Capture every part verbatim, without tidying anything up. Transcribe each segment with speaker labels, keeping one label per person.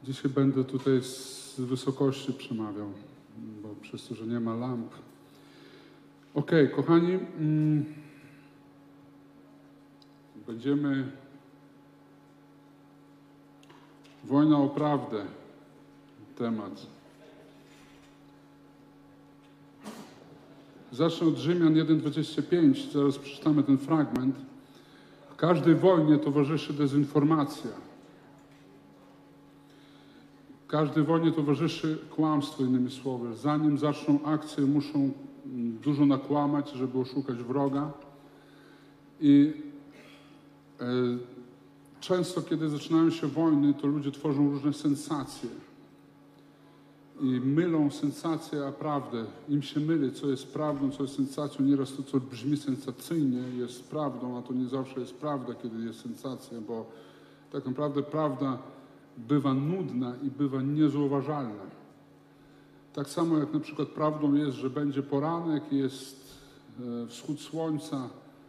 Speaker 1: Dzisiaj będę tutaj z wysokości przemawiał, bo przez to, że nie ma lamp. Okej, okay, kochani, mm, będziemy wojna o prawdę, temat. Zacznę od Rzymian jeden dwadzieścia pięć, zaraz przeczytamy ten fragment. W każdej wojnie towarzyszy dezinformacja. W każdej wojnie towarzyszy kłamstwo, innymi słowy. Zanim zaczną akcję, muszą dużo nakłamać, żeby oszukać wroga. I e, często, kiedy zaczynają się wojny, to ludzie tworzą różne sensacje. I mylą sensację a prawdę. Im się myli, co jest prawdą, co jest sensacją. Nieraz to, co brzmi sensacyjnie, jest prawdą, a to nie zawsze jest prawda, kiedy jest sensacja, bo tak naprawdę prawda bywa nudna i bywa niezauważalna. Tak samo jak na przykład prawdą jest, że będzie poranek, jest wschód słońca.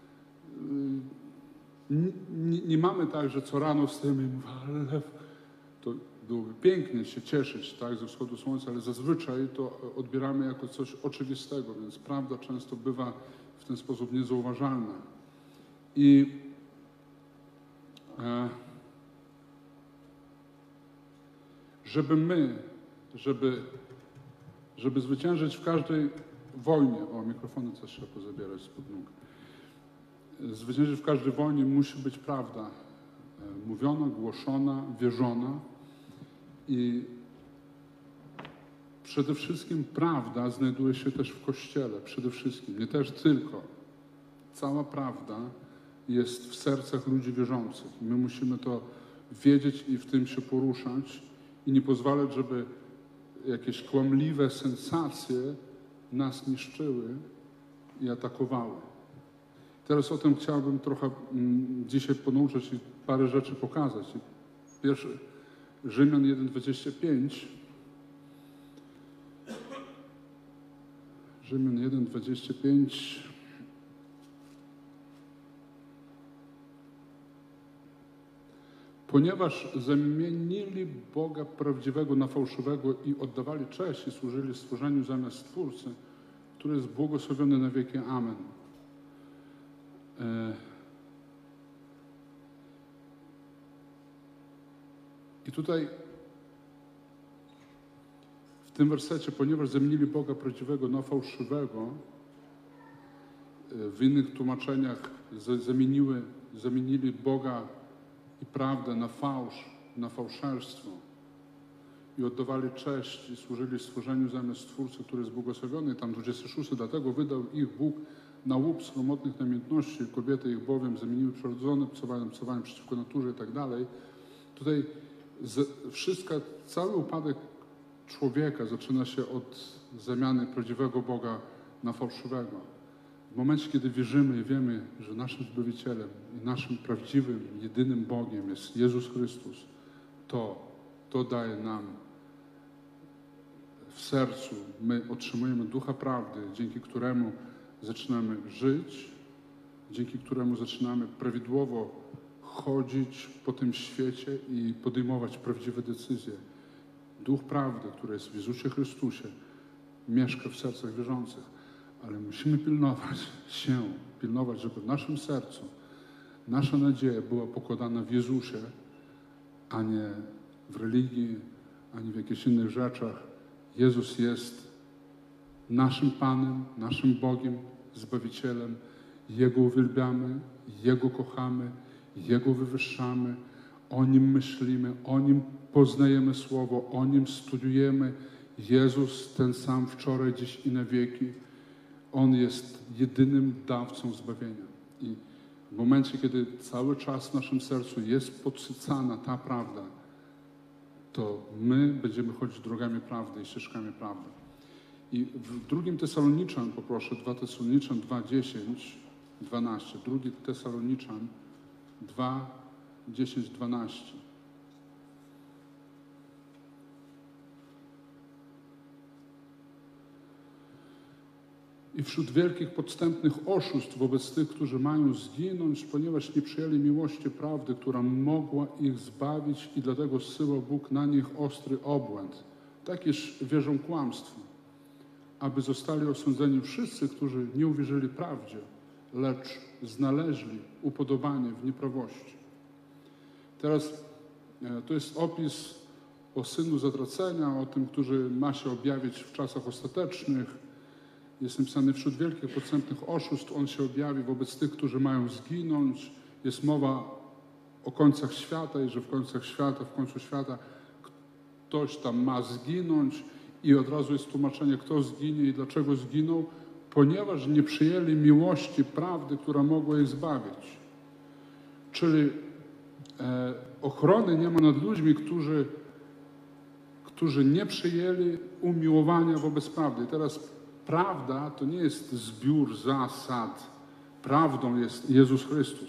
Speaker 1: Nie, nie, nie mamy tak, że co rano wstajemy i mówimy, ale to byłoby pięknie się cieszyć, tak, ze wschodu słońca, ale zazwyczaj to odbieramy jako coś oczywistego, więc prawda często bywa w ten sposób niezauważalna. I e, żeby my, żeby, żeby zwyciężyć w każdej wojnie, o, mikrofony też trzeba pozabierać spod nóg, zwyciężyć w każdej wojnie musi być prawda e, mówiona, głoszona, wierzona. I przede wszystkim prawda znajduje się też w Kościele, przede wszystkim, nie też tylko. Cała prawda jest w sercach ludzi wierzących. My musimy to wiedzieć i w tym się poruszać i nie pozwalać, żeby jakieś kłamliwe sensacje nas niszczyły i atakowały. Teraz o tym chciałbym trochę mm, dzisiaj ponauczyć i parę rzeczy pokazać. Pierwszy, Rzymian jeden dwadzieścia pięć. Rzymian jeden dwadzieścia pięć. Ponieważ zamienili Boga prawdziwego na fałszywego i oddawali cześć i służyli stworzeniu zamiast Stwórcy, który jest błogosławiony na wieki. Amen. E I tutaj w tym wersecie, ponieważ zamienili Boga prawdziwego na fałszywego, w innych tłumaczeniach zamieniły, zamienili Boga i prawdę na fałsz, na fałszerstwo i oddawali cześć i służyli stworzeniu zamiast Stwórcy, który jest błogosławiony. Tam dwudziesty szósty, dlatego wydał ich Bóg na łup sromotnych namiętności, kobiety ich bowiem zamieniły przyrodzone psowaniem, psowaniem przeciwko naturze i tak dalej. Tutaj z, wszystko, cały upadek człowieka zaczyna się od zamiany prawdziwego Boga na fałszywego. W momencie, kiedy wierzymy i wiemy, że naszym Zbawicielem i naszym prawdziwym, jedynym Bogiem jest Jezus Chrystus, to, to daje nam w sercu, my otrzymujemy Ducha Prawdy, dzięki któremu zaczynamy żyć, dzięki któremu zaczynamy prawidłowo chodzić po tym świecie i podejmować prawdziwe decyzje. Duch Prawdy, który jest w Jezusie Chrystusie, mieszka w sercach wierzących, ale musimy pilnować się, pilnować, żeby w naszym sercu nasza nadzieja była pokładana w Jezusie, a nie w religii, ani w jakichś innych rzeczach. Jezus jest naszym Panem, naszym Bogiem, Zbawicielem. Jego uwielbiamy, Jego kochamy, Jego wywyższamy, o Nim myślimy, o Nim poznajemy Słowo, o Nim studiujemy. Jezus ten sam wczoraj, dziś i na wieki. On jest jedynym dawcą zbawienia. I w momencie, kiedy cały czas w naszym sercu jest podsycana ta prawda, to my będziemy chodzić drogami prawdy i ścieżkami prawdy. I w drugim Tesaloniczan, poproszę, dwa Tesaloniczan dwa, dziesięć, dwanaście. Drugi Tesaloniczan dwa, dziesięć, dwanaście. i wśród wielkich podstępnych oszustw wobec tych, którzy mają zginąć, ponieważ nie przyjęli miłości prawdy, która mogła ich zbawić i dlatego zsyła Bóg na nich ostry obłęd. Takież wierzą kłamstwu, aby zostali osądzeni wszyscy, którzy nie uwierzyli prawdzie, lecz znaleźli upodobanie w nieprawości. Teraz to jest opis o synu zatracenia, o tym, który ma się objawić w czasach ostatecznych. Jest napisany wśród wielkich podstępnych oszustw, on się objawi wobec tych, którzy mają zginąć. Jest mowa o końcach świata i że w końcach świata, w końcu świata ktoś tam ma zginąć i od razu jest tłumaczenie, kto zginie i dlaczego zginął, ponieważ nie przyjęli miłości prawdy, która mogła ich zbawić. Czyli e, ochrony nie ma nad ludźmi, którzy, którzy nie przyjęli umiłowania wobec prawdy. I teraz prawda to nie jest zbiór zasad. Prawdą jest Jezus Chrystus.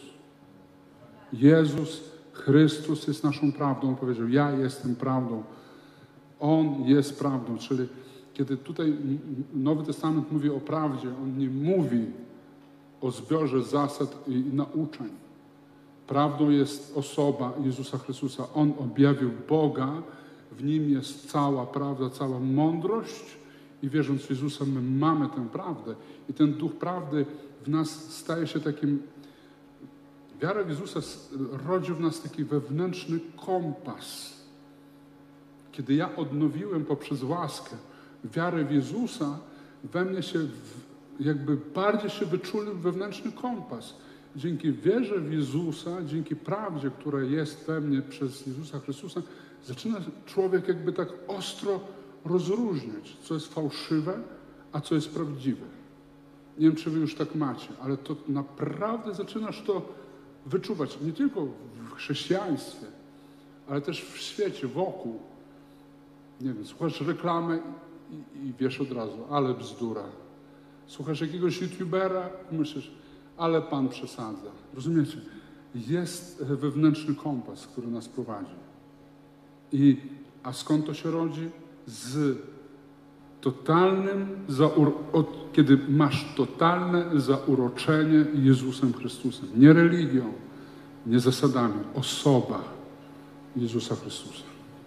Speaker 1: Jezus Chrystus jest naszą prawdą. On powiedział, ja jestem prawdą. On jest prawdą. Czyli kiedy tutaj Nowy Testament mówi o prawdzie, on nie mówi o zbiorze zasad i nauczeń. Prawdą jest osoba Jezusa Chrystusa. On objawił Boga, w Nim jest cała prawda, cała mądrość i wierząc w Jezusa my mamy tę prawdę. I ten Duch Prawdy w nas staje się takim... Wiara w Jezusa rodzi w nas taki wewnętrzny kompas. Kiedy ja odnowiłem poprzez łaskę wiarę w Jezusa, we mnie się jakby bardziej się wyczulił wewnętrzny kompas. Dzięki wierze w Jezusa, dzięki prawdzie, która jest we mnie przez Jezusa Chrystusa, zaczyna człowiek jakby tak ostro rozróżniać, co jest fałszywe, a co jest prawdziwe. Nie wiem, czy wy już tak macie, ale to naprawdę zaczynasz to wyczuwać. Nie tylko w chrześcijaństwie, ale też w świecie, wokół. Nie wiem, słuchasz reklamy i, i wiesz od razu, ale bzdura. Słuchasz jakiegoś youtubera i myślisz, ale pan przesadza. Rozumiecie? Jest wewnętrzny kompas, który nas prowadzi. I, a skąd to się rodzi? Z totalnym, zaur... od, kiedy masz totalne zauroczenie Jezusem Chrystusem. Nie religią, nie zasadami, osoba Jezusa Chrystusa.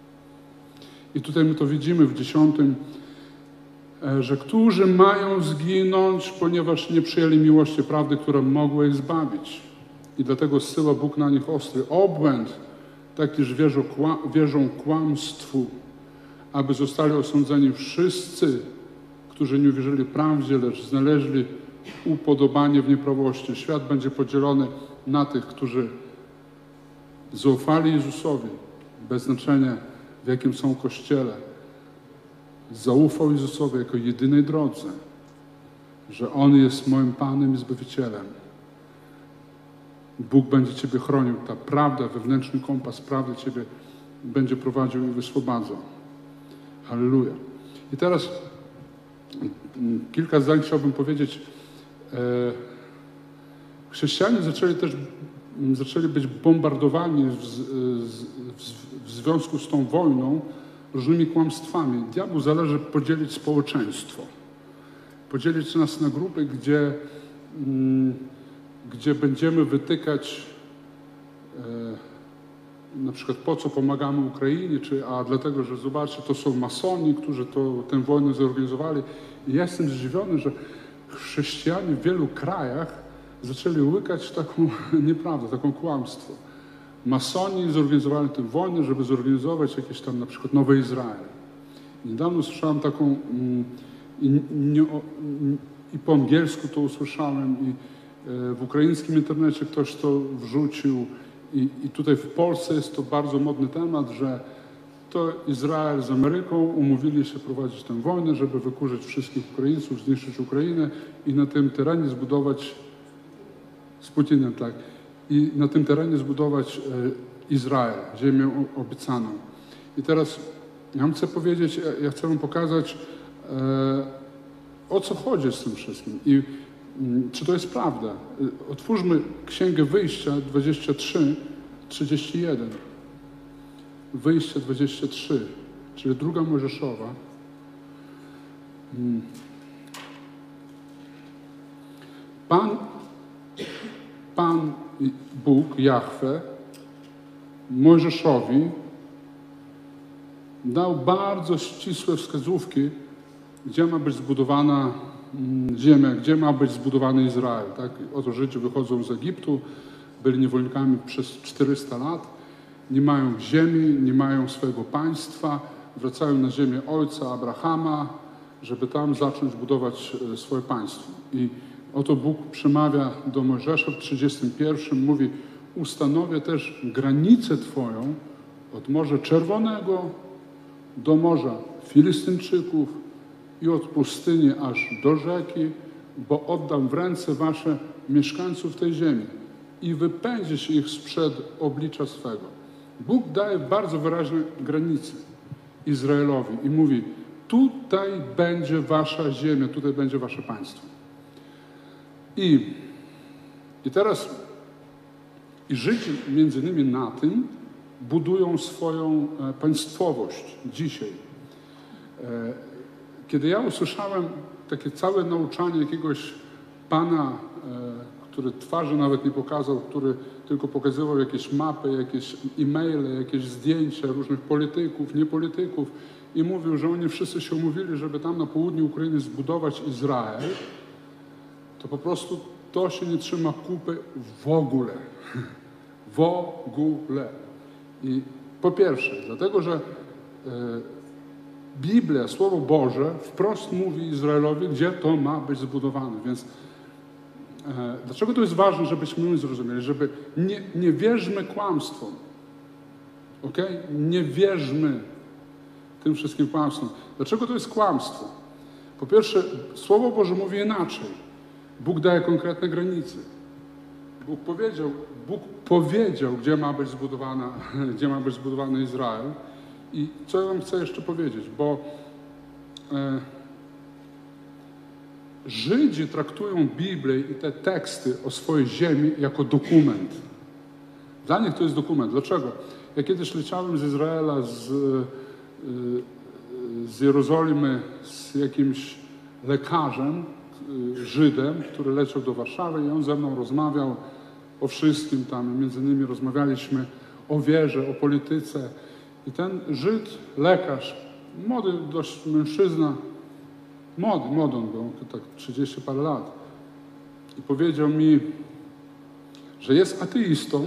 Speaker 1: I tutaj my to widzimy w dziesiątym, że którzy mają zginąć, ponieważ nie przyjęli miłości prawdy, która mogła ich zbawić. I dlatego zsyła Bóg na nich ostry obłęd, tak iż wierzą, kła, wierzą kłamstwu, aby zostali osądzeni wszyscy, którzy nie uwierzyli prawdzie, lecz znaleźli upodobanie w nieprawości. Świat będzie podzielony na tych, którzy zaufali Jezusowi, bez znaczenia w jakim są kościele. Zaufał Jezusowi jako jedynej drodze, że On jest moim Panem i Zbawicielem. Bóg będzie Ciebie chronił. Ta prawda, wewnętrzny kompas prawdy Ciebie będzie prowadził i wyswobadzał. Halleluja. I teraz kilka zdań chciałbym powiedzieć. E, chrześcijanie zaczęli też zaczęli być bombardowani w, w, w związku z tą wojną różnymi kłamstwami. Diabłu zależy podzielić społeczeństwo. Podzielić nas na grupy, gdzie, mm, gdzie będziemy wytykać e, na przykład po co pomagamy Ukrainie, czy a dlatego, że zobaczcie, to są masoni, którzy to, tę wojnę zorganizowali. I ja jestem zdziwiony, że chrześcijanie w wielu krajach zaczęli łykać taką nieprawdę, taką kłamstwo. Masoni zorganizowali tę wojnę, żeby zorganizować jakieś tam na przykład nowy Izrael. Niedawno słyszałem taką i, nie, i po angielsku to usłyszałem i w ukraińskim internecie ktoś to wrzucił i, i tutaj w Polsce jest to bardzo modny temat, że to Izrael z Ameryką umówili się prowadzić tę wojnę, żeby wykurzyć wszystkich Ukraińców, zniszczyć Ukrainę i na tym terenie zbudować z Putinem, tak, i na tym terenie zbudować e, Izrael, ziemię obiecaną. I teraz ja chcę powiedzieć, ja, ja chcę wam pokazać, e, o co chodzi z tym wszystkim i m, czy to jest prawda. Otwórzmy Księgę Wyjścia dwadzieścia trzy, trzydzieści jeden. Wyjście dwadzieścia trzy, czyli druga Mojżeszowa. Hmm. Pan, Pan Bóg, Jahwe, Mojżeszowi dał bardzo ścisłe wskazówki, gdzie ma być zbudowana ziemia, gdzie ma być zbudowany Izrael. Tak? Oto Żydzi wychodzą z Egiptu, byli niewolnikami przez czterysta lat, nie mają ziemi, nie mają swojego państwa, wracają na ziemię ojca Abrahama, żeby tam zacząć budować swoje państwo. I oto Bóg przemawia do Mojżesza w trzydziestym pierwszym, mówi: ustanowię też granicę Twoją od Morza Czerwonego do Morza Filistynczyków i od pustyni aż do rzeki, bo oddam w ręce wasze mieszkańców tej ziemi i wypędzisz ich sprzed oblicza swego. Bóg daje bardzo wyraźne granice Izraelowi i mówi: tutaj będzie wasza ziemia, tutaj będzie wasze państwo. I, i teraz i Żydzi między innymi na tym budują swoją państwowość dzisiaj. Kiedy ja usłyszałem takie całe nauczanie jakiegoś pana, który twarzy nawet nie pokazał, który tylko pokazywał jakieś mapy, jakieś e-maile, jakieś zdjęcia różnych polityków, niepolityków i mówił, że oni wszyscy się umówili, żeby tam na południu Ukrainy zbudować Izrael, to po prostu to się nie trzyma kupy w ogóle. W ogóle. I po pierwsze, dlatego, że e, Biblia, Słowo Boże wprost mówi Izraelowi, gdzie to ma być zbudowane. Więc e, dlaczego to jest ważne, żebyśmy my zrozumieli? Żeby nie, nie wierzmy kłamstwom. Okay? Nie wierzmy tym wszystkim kłamstwom. Dlaczego to jest kłamstwo? Po pierwsze, Słowo Boże mówi inaczej. Bóg daje konkretne granice. Bóg powiedział, Bóg powiedział, gdzie ma być zbudowana, gdzie ma być zbudowany Izrael. I co ja wam chcę jeszcze powiedzieć, bo e, Żydzi traktują Biblię i te teksty o swojej ziemi jako dokument. Dla nich to jest dokument. Dlaczego? Ja kiedyś leciałem z Izraela, z, z Jerozolimy, z jakimś lekarzem, Żydem, który leciał do Warszawy i on ze mną rozmawiał o wszystkim tam. Między innymi rozmawialiśmy o wierze, o polityce. I ten Żyd, lekarz, młody dość mężczyzna, młody, młody on był, tak trzydzieści parę lat. I powiedział mi, że jest ateistą,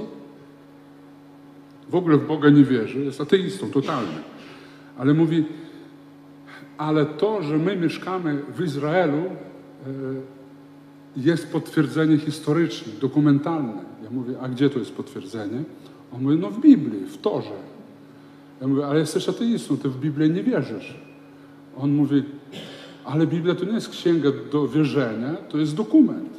Speaker 1: w ogóle w Boga nie wierzy, jest ateistą totalny. Ale mówi, ale to, że my mieszkamy w Izraelu, jest potwierdzenie historyczne, dokumentalne. Ja mówię, a gdzie to jest potwierdzenie? On mówi, no w Biblii, w Torze. Ja mówię, ale jesteś ateistą, ty w Biblię nie wierzysz. On mówi, ale Biblia to nie jest księga do wierzenia, to jest dokument.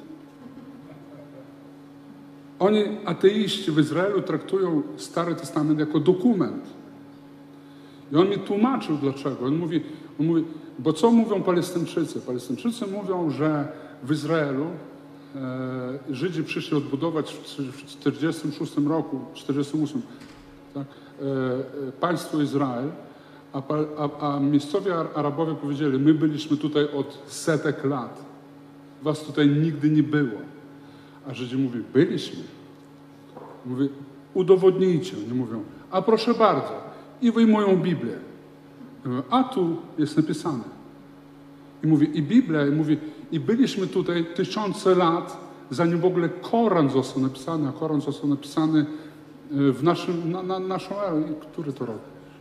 Speaker 1: Oni, ateiści w Izraelu, traktują Stary Testament jako dokument. I on mi tłumaczył dlaczego. On mówi, on mówi bo co mówią Palestyńczycy? Palestyńczycy mówią, że w Izraelu e, Żydzi przyszli odbudować w czterdziestym szóstym roku, czterdziestym ósmym, tak, e, państwo Izrael, a, a, a miejscowi Arabowie powiedzieli, my byliśmy tutaj od setek lat, was tutaj nigdy nie było. A Żydzi mówią, byliśmy. Mówi, udowodnijcie. Oni mówią, a proszę bardzo. I wyjmują Biblię. A tu jest napisane. I mówi, i Biblia, i mówi, i byliśmy tutaj tysiące lat, zanim w ogóle Koran został napisany, a Koran został napisany w naszym, na, na naszą erę. Który to rok?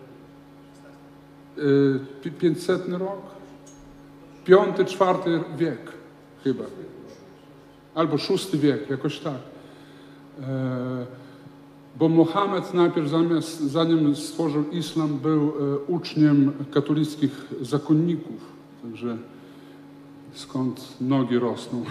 Speaker 1: pięćsetny rok? Piąty, czwarty wiek chyba. Albo szósty wiek, jakoś tak. E, bo Mohamed najpierw, zamiast, zanim stworzył islam, był e, uczniem katolickich zakonników. Także skąd nogi rosną.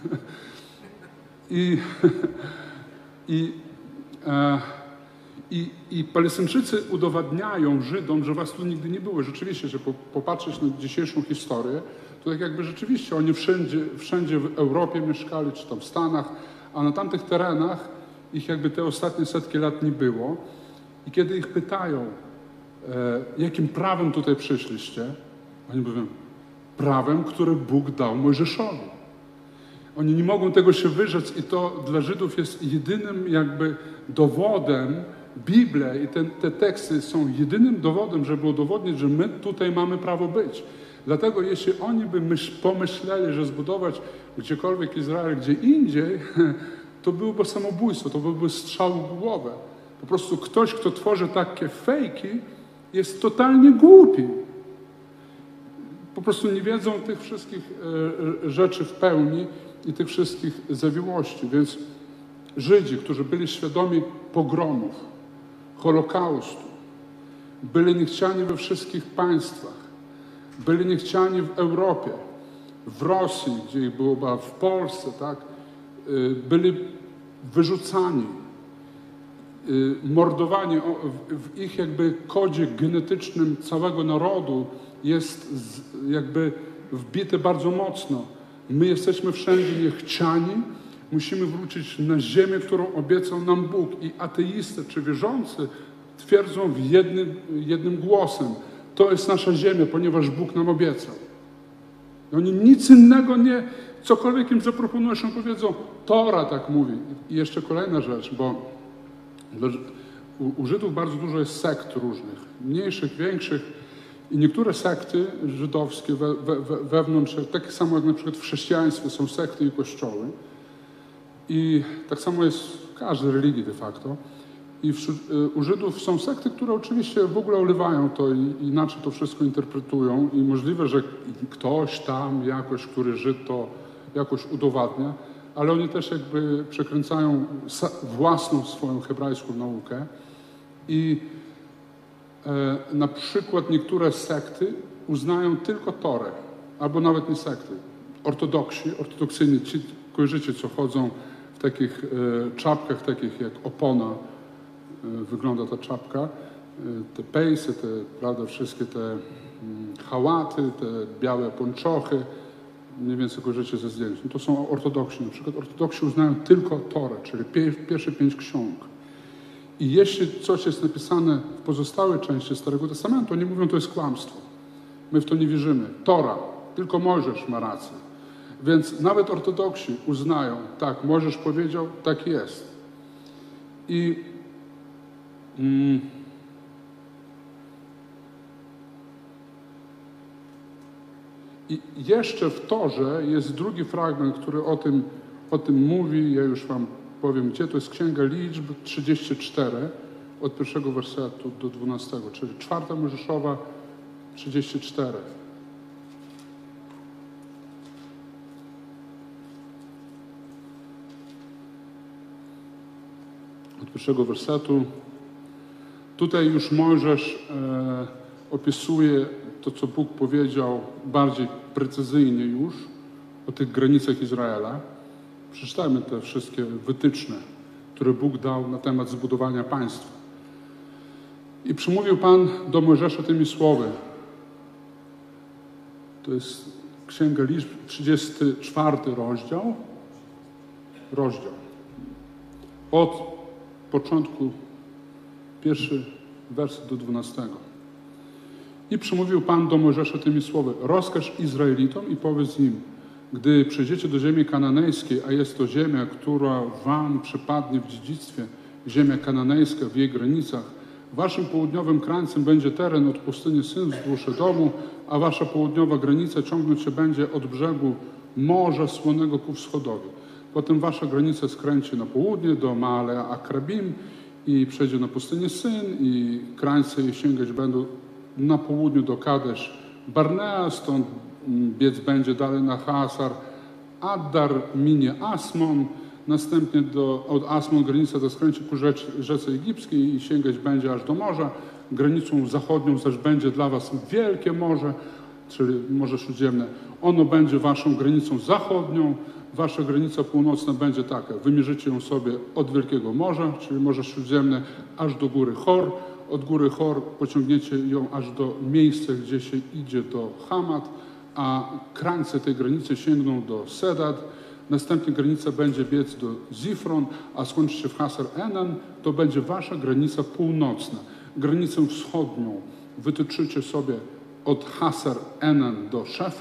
Speaker 1: I, i, e, i, I Palestyńczycy udowadniają Żydom, że was tu nigdy nie było. Rzeczywiście, że po, popatrzeć na dzisiejszą historię, to tak jakby rzeczywiście oni wszędzie, wszędzie w Europie mieszkali, czy tam w Stanach, a na tamtych terenach ich jakby te ostatnie setki lat nie było. I kiedy ich pytają, e, jakim prawem tutaj przyszliście, oni mówią, prawem, które Bóg dał Mojżeszowi. Oni nie mogą tego się wyrzec i to dla Żydów jest jedynym jakby dowodem, Biblia i te, te teksty są jedynym dowodem, żeby udowodnić, że my tutaj mamy prawo być. Dlatego jeśli oni by myśl, pomyśleli, że zbudować gdziekolwiek Izrael, gdzie indziej, to byłoby samobójstwo, to byłby strzał w głowę. Po prostu ktoś, kto tworzy takie fejki, jest totalnie głupi. Po prostu nie wiedzą tych wszystkich e, rzeczy w pełni i tych wszystkich zawiłości. Więc Żydzi, którzy byli świadomi pogromów, Holokaustu, byli niechciani we wszystkich państwach, byli niechciani w Europie, w Rosji, gdzie ich było, w Polsce, tak, byli wyrzucani, mordowani. W ich jakby kodzie genetycznym całego narodu jest jakby wbite bardzo mocno. My jesteśmy wszędzie niechciani, musimy wrócić na ziemię, którą obiecał nam Bóg. I ateisty czy wierzący twierdzą w jednym, jednym głosem: to jest nasza ziemia, ponieważ Bóg nam obiecał. I oni nic innego nie, cokolwiek im zaproponujesz, oni powiedzą: Tora tak mówi. I jeszcze kolejna rzecz, bo u, u Żydów bardzo dużo jest sekt różnych, mniejszych, większych. I niektóre sekty żydowskie we, we, wewnątrz, takie samo jak na przykład w chrześcijaństwie są sekty i kościoły. I tak samo jest w każdej religii de facto. I wśród, u Żydów są sekty, które oczywiście w ogóle ulewają to i inaczej to wszystko interpretują. I możliwe, że ktoś tam jakoś, który Żyd to jakoś udowadnia, ale oni też jakby przekręcają własną swoją hebrajską naukę. I e, na przykład niektóre sekty uznają tylko Torę, albo nawet nie sekty. Ortodoksi, ortodoksyjni, ci kojarzycie, co chodzą w takich e, czapkach, takich jak opona, e, wygląda ta czapka, e, te pejsy, te, prawda, wszystkie te mm, hałaty, te białe pończochy, mniej więcej kojarzycie ze zdjęć. No to są ortodoksi. Na przykład ortodoksi uznają tylko Torę, czyli pie, pierwsze pięć ksiąg. I jeśli coś jest napisane w pozostałej części Starego Testamentu, oni mówią, to jest kłamstwo. My w to nie wierzymy. Tora, tylko Mojżesz ma rację. Więc nawet ortodoksi uznają, tak, Mojżesz powiedział, tak jest. I, mm, I jeszcze w Torze jest drugi fragment, który o tym, o tym mówi. Ja już wam powiem, gdzie. To jest Księga Liczb trzydzieści cztery, od pierwszego wersetu do dwunastego, czyli czwarta Mojżeszowa trzydzieści cztery. Od pierwszego wersetu. Tutaj już Mojżesz e, opisuje to, co Bóg powiedział bardziej precyzyjnie już o tych granicach Izraela. Przeczytajmy te wszystkie wytyczne, które Bóg dał na temat zbudowania państwa. I przemówił Pan do Mojżesza tymi słowy. To jest Księga Liczb, trzydziesty czwarty rozdział. Rozdział. Od początku, pierwszy werset do dwunastego. I przemówił Pan do Mojżesza tymi słowy: rozkaż Izraelitom i powiedz im: gdy przejdziecie do ziemi kananejskiej, a jest to ziemia, która wam przypadnie w dziedzictwie, ziemia kananejska w jej granicach, waszym południowym krańcem będzie teren od pustyni Syn wzdłuż Edomu, a wasza południowa granica ciągnąć się będzie od brzegu Morza Słonego ku wschodowi. Potem wasza granica skręci na południe do Maale Akrabim i przejdzie na pustynię Syn i krańce jej sięgać będą na południu do Kadesz Barnea, stąd biec będzie dalej na Hasar Addar, minie Asmon, następnie do, od Asmon granica to skręci ku rzece, rzece egipskiej i sięgać będzie aż do morza. Granicą zachodnią zaś będzie dla was Wielkie Morze, czyli Morze Śródziemne. Ono będzie waszą granicą zachodnią, wasza granica północna będzie taka. Wymierzycie ją sobie od Wielkiego Morza, czyli Morze Śródziemne, aż do góry Hor. Od góry Hor pociągniecie ją aż do miejsca, gdzie się idzie do Hamat, a krańce tej granicy sięgną do Sedad. Następnie granica będzie biec do Zifron, a skończy się w Hasar Enan. To będzie wasza granica północna. Granicę wschodnią wytyczycie sobie od Hasar Enan do Szefram,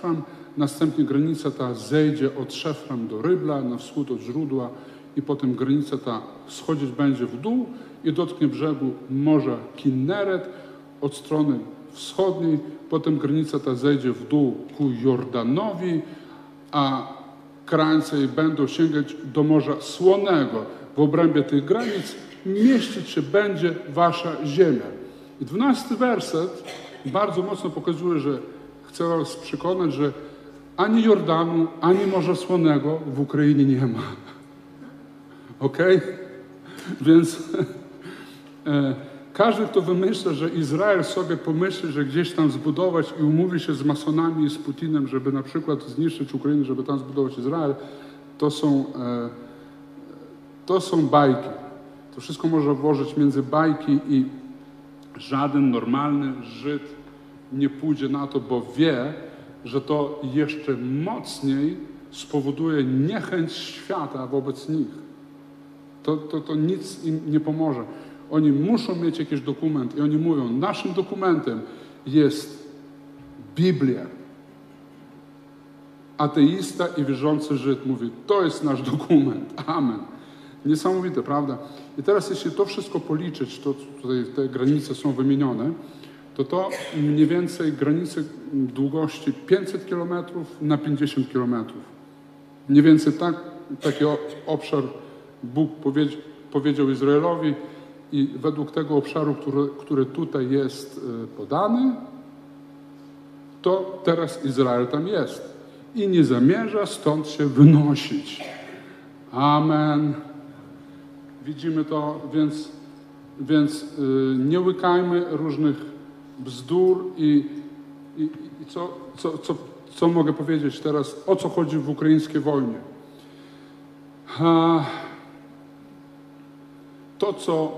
Speaker 1: następnie granica ta zejdzie od Szefram do Rybla, na wschód od źródła i potem granica ta schodzić będzie w dół i dotknie brzegu Morza Kinneret od strony wschodniej, potem granica ta zejdzie w dół ku Jordanowi, a krańce jej będą sięgać do Morza Słonego. W obrębie tych granic mieścić się będzie wasza ziemia. I dwunasty werset bardzo mocno pokazuje, że chcę was przekonać, że ani Jordanu, ani Morza Słonego w Ukrainie nie ma. Okej? Okay? Więc e, każdy, kto wymyśla, że Izrael sobie pomyśli, że gdzieś tam zbudować i umówi się z masonami i z Putinem, żeby na przykład zniszczyć Ukrainę, żeby tam zbudować Izrael, to są, e, to są bajki. To wszystko można włożyć między bajki i żaden normalny Żyd nie pójdzie na to, bo wie, że to jeszcze mocniej spowoduje niechęć świata wobec nich. To, to, to nic im nie pomoże. Oni muszą mieć jakiś dokument i oni mówią, naszym dokumentem jest Biblia. Ateista i wierzący Żyd mówi, to jest nasz dokument. Amen. Niesamowite, prawda? I teraz jeśli to wszystko policzyć, to tutaj te granice są wymienione, to to mniej więcej granice długości pięćset kilometrów na pięćdziesiąt kilometrów. Mniej więcej tak, taki obszar Bóg powiedział Izraelowi i według tego obszaru, który, który tutaj jest podany, to teraz Izrael tam jest i nie zamierza stąd się wynosić. Amen. Widzimy to, więc, więc yy, nie łykajmy różnych bzdur i, i, i co, co, co, co mogę powiedzieć teraz, o co chodzi w ukraińskiej wojnie. A, to, co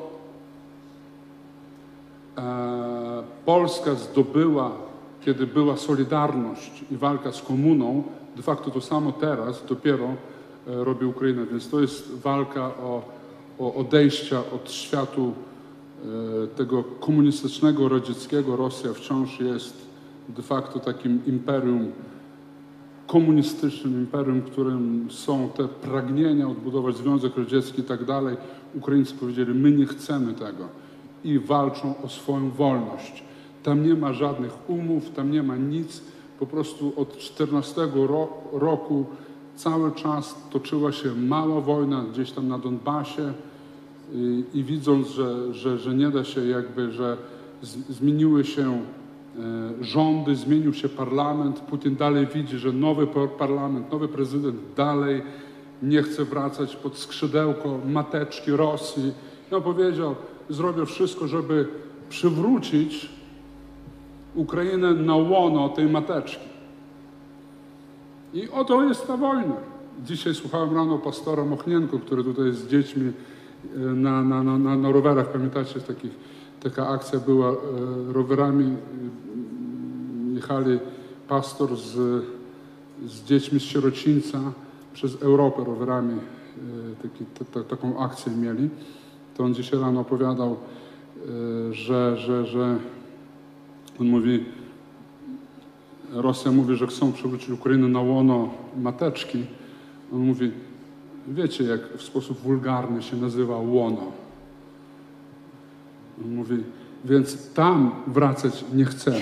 Speaker 1: e, Polska zdobyła, kiedy była Solidarność i walka z komuną, de facto to samo teraz dopiero e, robi Ukraina, więc to jest walka o, o odejścia od światu e, tego komunistycznego, radzieckiego. Rosja wciąż jest de facto takim imperium, komunistycznym imperium, w którym są te pragnienia odbudować Związek Radziecki i tak dalej. Ukraińcy powiedzieli, my nie chcemy tego i walczą o swoją wolność. Tam nie ma żadnych umów, tam nie ma nic. Po prostu od czternastego ro roku cały czas toczyła się mała wojna gdzieś tam na Donbasie i, i widząc, że, że, że nie da się jakby, że z, zmieniły się e, rządy, zmienił się parlament, Putin dalej widzi, że nowy parlament, nowy prezydent dalej nie chce wracać pod skrzydełko mateczki Rosji. No powiedział, zrobię wszystko, żeby przywrócić Ukrainę na łono tej mateczki. I oto jest ta wojna. Dzisiaj słuchałem rano pastora Mochnienko, który tutaj z dziećmi na, na, na, na, na rowerach, pamiętacie, takich, taka akcja była, e, rowerami e, jechali pastor z, z dziećmi z sierocińca przez Europę rowerami, e, taki, t, t, taką akcję mieli. To on dzisiaj rano opowiadał, e, że, że, że on mówi, Rosja mówi, że chcą przywrócić Ukrainę na łono mateczki. On mówi, wiecie, jak w sposób wulgarny się nazywa łono. On mówi, więc tam wracać nie chcemy.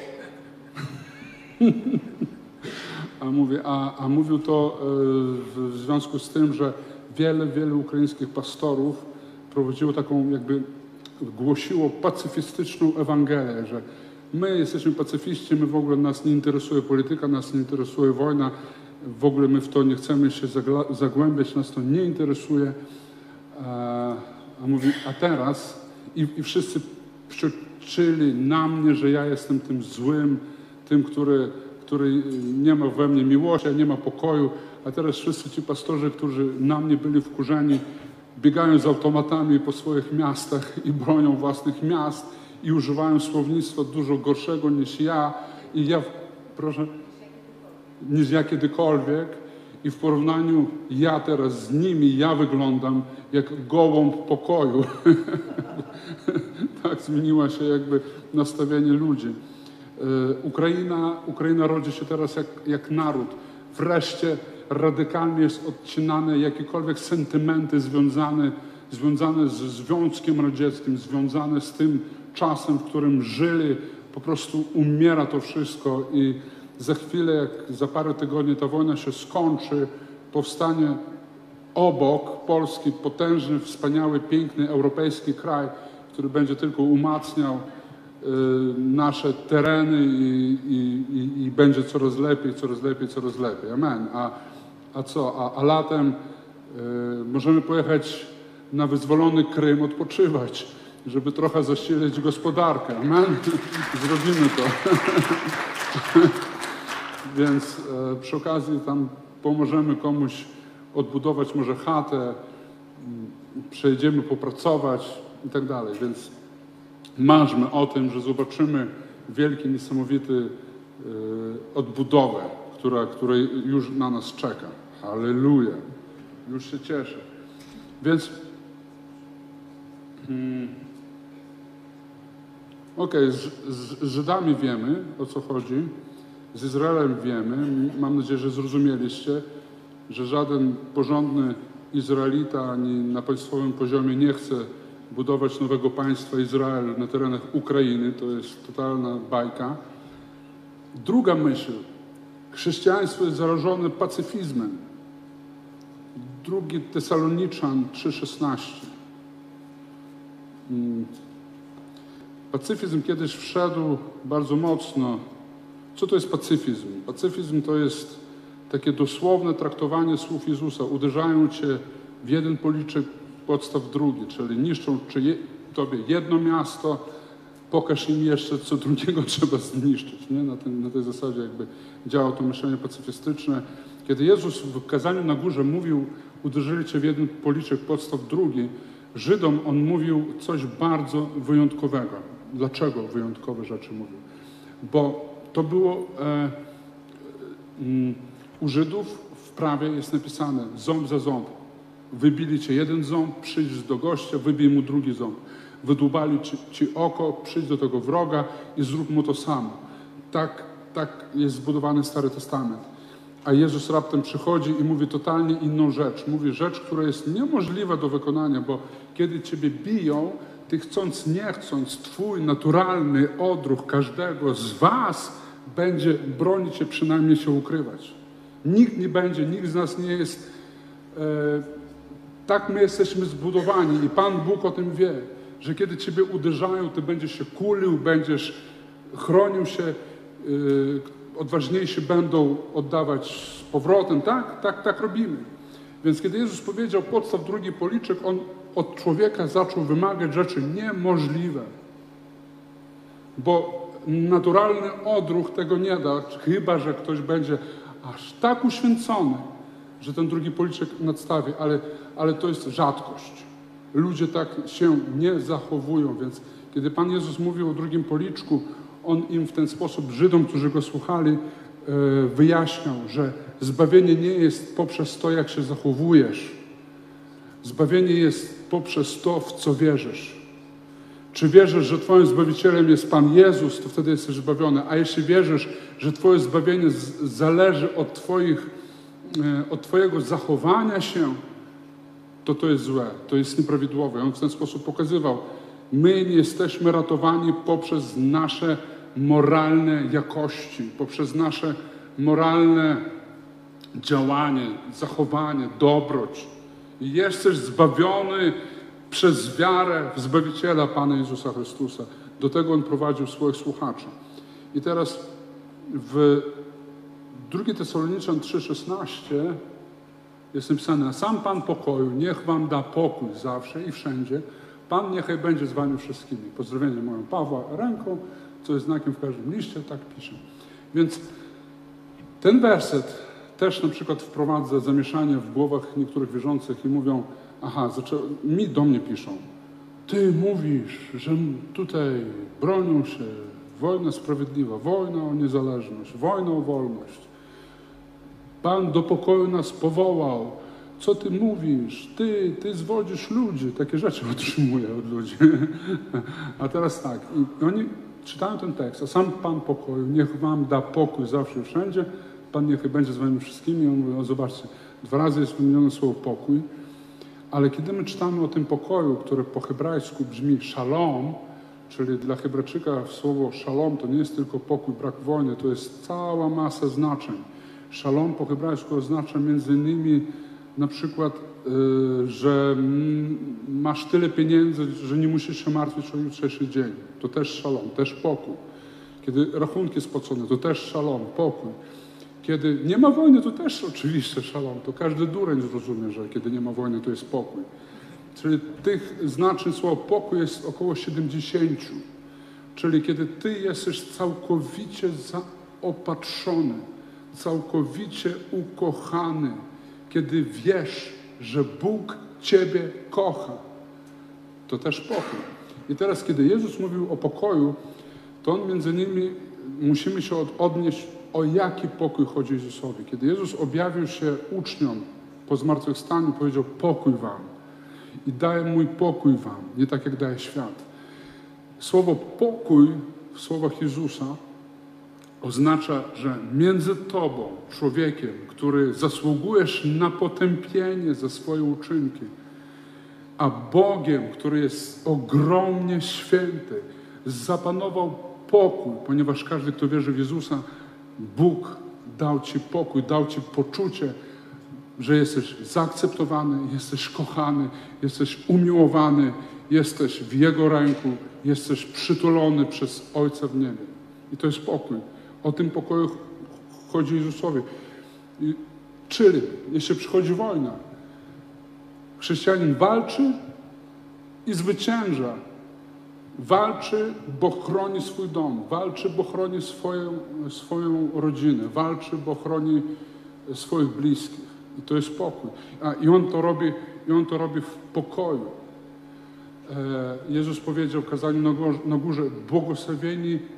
Speaker 1: a, mówi, a, a mówił to w, w związku z tym, że wiele, wielu ukraińskich pastorów prowadziło taką, jakby głosiło pacyfistyczną Ewangelię, że my jesteśmy pacyfiści, my w ogóle nas nie interesuje polityka, nas nie interesuje wojna, w ogóle my w to nie chcemy się zagłębiać, nas to nie interesuje. A, a mówi, a teraz i, i wszyscy przeczyli na mnie, że ja jestem tym złym, tym, który, który nie ma we mnie miłości, nie ma pokoju, a teraz wszyscy ci pastorzy, którzy na mnie byli wkurzeni, biegają z automatami po swoich miastach i bronią własnych miast i używają słownictwa dużo gorszego niż ja i ja, proszę, niż ja kiedykolwiek i w porównaniu ja teraz z nimi, ja wyglądam jak gołąb pokoju. Tak zmieniła się jakby nastawienie ludzi. Ukraina, Ukraina rodzi się teraz jak, jak naród. Wreszcie radykalnie jest odcinane jakiekolwiek sentymenty związane, związane ze Związkiem Radzieckim, związane z tym czasem, w którym żyli. Po prostu umiera to wszystko i za chwilę, jak za parę tygodni ta wojna się skończy, powstanie obok Polski potężny, wspaniały, piękny, europejski kraj, który będzie tylko umacniał y, nasze tereny i, i, i, i będzie coraz lepiej, coraz lepiej, coraz lepiej. Amen. A, a co? A, a latem y, możemy pojechać na wyzwolony Krym odpoczywać, żeby trochę zasilić gospodarkę. Amen. Zrobimy to. Więc e, przy okazji tam pomożemy komuś odbudować może chatę, przejdziemy popracować i tak dalej. Więc marzmy o tym, że zobaczymy wielki, niesamowity e, odbudowę, która, która już na nas czeka. Halleluja. Już się cieszę. Więc hmm, okej, okay, z, z Żydami wiemy, o co chodzi. Z Izraelem wiemy, mam nadzieję, że zrozumieliście, że żaden porządny Izraelita ani na państwowym poziomie nie chce budować nowego państwa Izrael na terenach Ukrainy. To jest totalna bajka. Druga myśl. Chrześcijaństwo jest zarażone pacyfizmem. Drugi Tesaloniczan trzy szesnaście. Pacyfizm kiedyś wszedł bardzo mocno. Co to jest pacyfizm? Pacyfizm to jest takie dosłowne traktowanie słów Jezusa. Uderzają cię w jeden policzek, podstaw drugi, czyli niszczą czy je, tobie jedno miasto, pokaż im jeszcze, co drugiego trzeba zniszczyć. Nie? Na, ten, na tej zasadzie jakby działało to myślenie pacyfistyczne. Kiedy Jezus w kazaniu na górze mówił, uderzyli cię w jeden policzek, podstaw drugi, Żydom on mówił coś bardzo wyjątkowego. Dlaczego wyjątkowe rzeczy mówił? Bo to było e, mm, u Żydów w prawie jest napisane ząb za ząb. Wybili cię jeden ząb, przyjdź do gościa, wybij mu drugi ząb. Wydłubali ci, ci oko, przyjdź do tego wroga i zrób mu to samo. Tak, tak jest zbudowany Stary Testament. A Jezus raptem przychodzi i mówi totalnie inną rzecz. Mówi rzecz, która jest niemożliwa do wykonania, bo kiedy ciebie biją, ty chcąc, nie chcąc, twój naturalny odruch każdego z was będzie bronić się, przynajmniej się ukrywać. Nikt nie będzie, nikt z nas nie jest, e, tak my jesteśmy zbudowani i Pan Bóg o tym wie, że kiedy ciebie uderzają, ty będziesz się kulił, będziesz chronił się, e, odważniejsi będą oddawać z powrotem. Tak, tak, tak robimy. Więc kiedy Jezus powiedział podstaw drugi policzek, On od człowieka zaczął wymagać rzeczy niemożliwe. Bo naturalny odruch tego nie da, chyba że ktoś będzie aż tak uświęcony, że ten drugi policzek nadstawi, ale, ale to jest rzadkość. Ludzie tak się nie zachowują, więc kiedy Pan Jezus mówił o drugim policzku, On im w ten sposób, Żydom, którzy Go słuchali, wyjaśniał, że zbawienie nie jest poprzez to, jak się zachowujesz. Zbawienie jest poprzez to, w co wierzysz. Czy wierzysz, że Twoim Zbawicielem jest Pan Jezus, to wtedy jesteś zbawiony. A jeśli wierzysz, że Twoje zbawienie zależy od, twoich, od Twojego zachowania się, to to jest złe, to jest nieprawidłowe. On w ten sposób pokazywał, my nie jesteśmy ratowani poprzez nasze moralne jakości, poprzez nasze moralne działanie, zachowanie, dobroć. I jesteś zbawiony przez wiarę w Zbawiciela Pana Jezusa Chrystusa. Do tego On prowadził swoich słuchaczy. I teraz w drugiej Tesaloniczan trzy szesnaście jest napisane, a sam Pan pokoju, niech wam da pokój zawsze i wszędzie. Pan niechaj będzie z wami wszystkimi. Pozdrowienie moją Pawła ręką, co jest znakiem w każdym liście, tak piszę. Więc ten werset też na przykład wprowadza zamieszanie w głowach niektórych wierzących i mówią, aha, zaczę... mi do mnie piszą, ty mówisz, że tutaj bronią się wojna sprawiedliwa, wojna o niezależność, wojna o wolność. Pan do pokoju nas powołał. Co ty mówisz? Ty, ty zwodzisz ludzi. Takie rzeczy otrzymuję od ludzi. A teraz tak. I oni czytają ten tekst, a sam Pan pokoju, niech wam da pokój zawsze i wszędzie, Pan niech będzie z wami wszystkimi. On mówi, o zobaczcie, dwa razy jest wymienione słowo pokój, ale kiedy my czytamy o tym pokoju, który po hebrajsku brzmi shalom, czyli dla Hebrajczyka słowo shalom to nie jest tylko pokój, brak wojny, to jest cała masa znaczeń. Shalom po hebrajsku oznacza między innymi na przykład, yy, że mm, masz tyle pieniędzy, że nie musisz się martwić o jutrzejszy dzień. To też shalom, też pokój. Kiedy rachunki spłacone, to też shalom, pokój. Kiedy nie ma wojny, to też oczywiście shalom. To każdy dureń zrozumie, że kiedy nie ma wojny, to jest pokój. Czyli tych znaczeń słowa pokój jest około siedemdziesięciu. Czyli kiedy ty jesteś całkowicie zaopatrzony, całkowicie ukochany, kiedy wiesz, że Bóg ciebie kocha, to też pokój. I teraz, kiedy Jezus mówił o pokoju, to On między innymi musimy się od, odnieść, o jaki pokój chodzi Jezusowi. Kiedy Jezus objawił się uczniom po zmartwychwstaniu, powiedział pokój wam i daję mój pokój wam, nie tak jak daje świat. Słowo pokój w słowach Jezusa oznacza, że między tobą, człowiekiem, który zasługujesz na potępienie za swoje uczynki, a Bogiem, który jest ogromnie święty, zapanował pokój, ponieważ każdy, kto wierzy w Jezusa, Bóg dał ci pokój, dał ci poczucie, że jesteś zaakceptowany, jesteś kochany, jesteś umiłowany, jesteś w Jego ręku, jesteś przytulony przez Ojca w niebie. I to jest pokój. O tym pokoju chodzi Jezusowi. I, czyli, jeśli przychodzi wojna, chrześcijanin walczy i zwycięża. Walczy, bo chroni swój dom, walczy, bo chroni swoją, swoją rodzinę, walczy, bo chroni swoich bliskich. I to jest pokój. A, i, on to robi, I On to robi w pokoju. E, Jezus powiedział w kazaniu na górze, na górze błogosławieni e,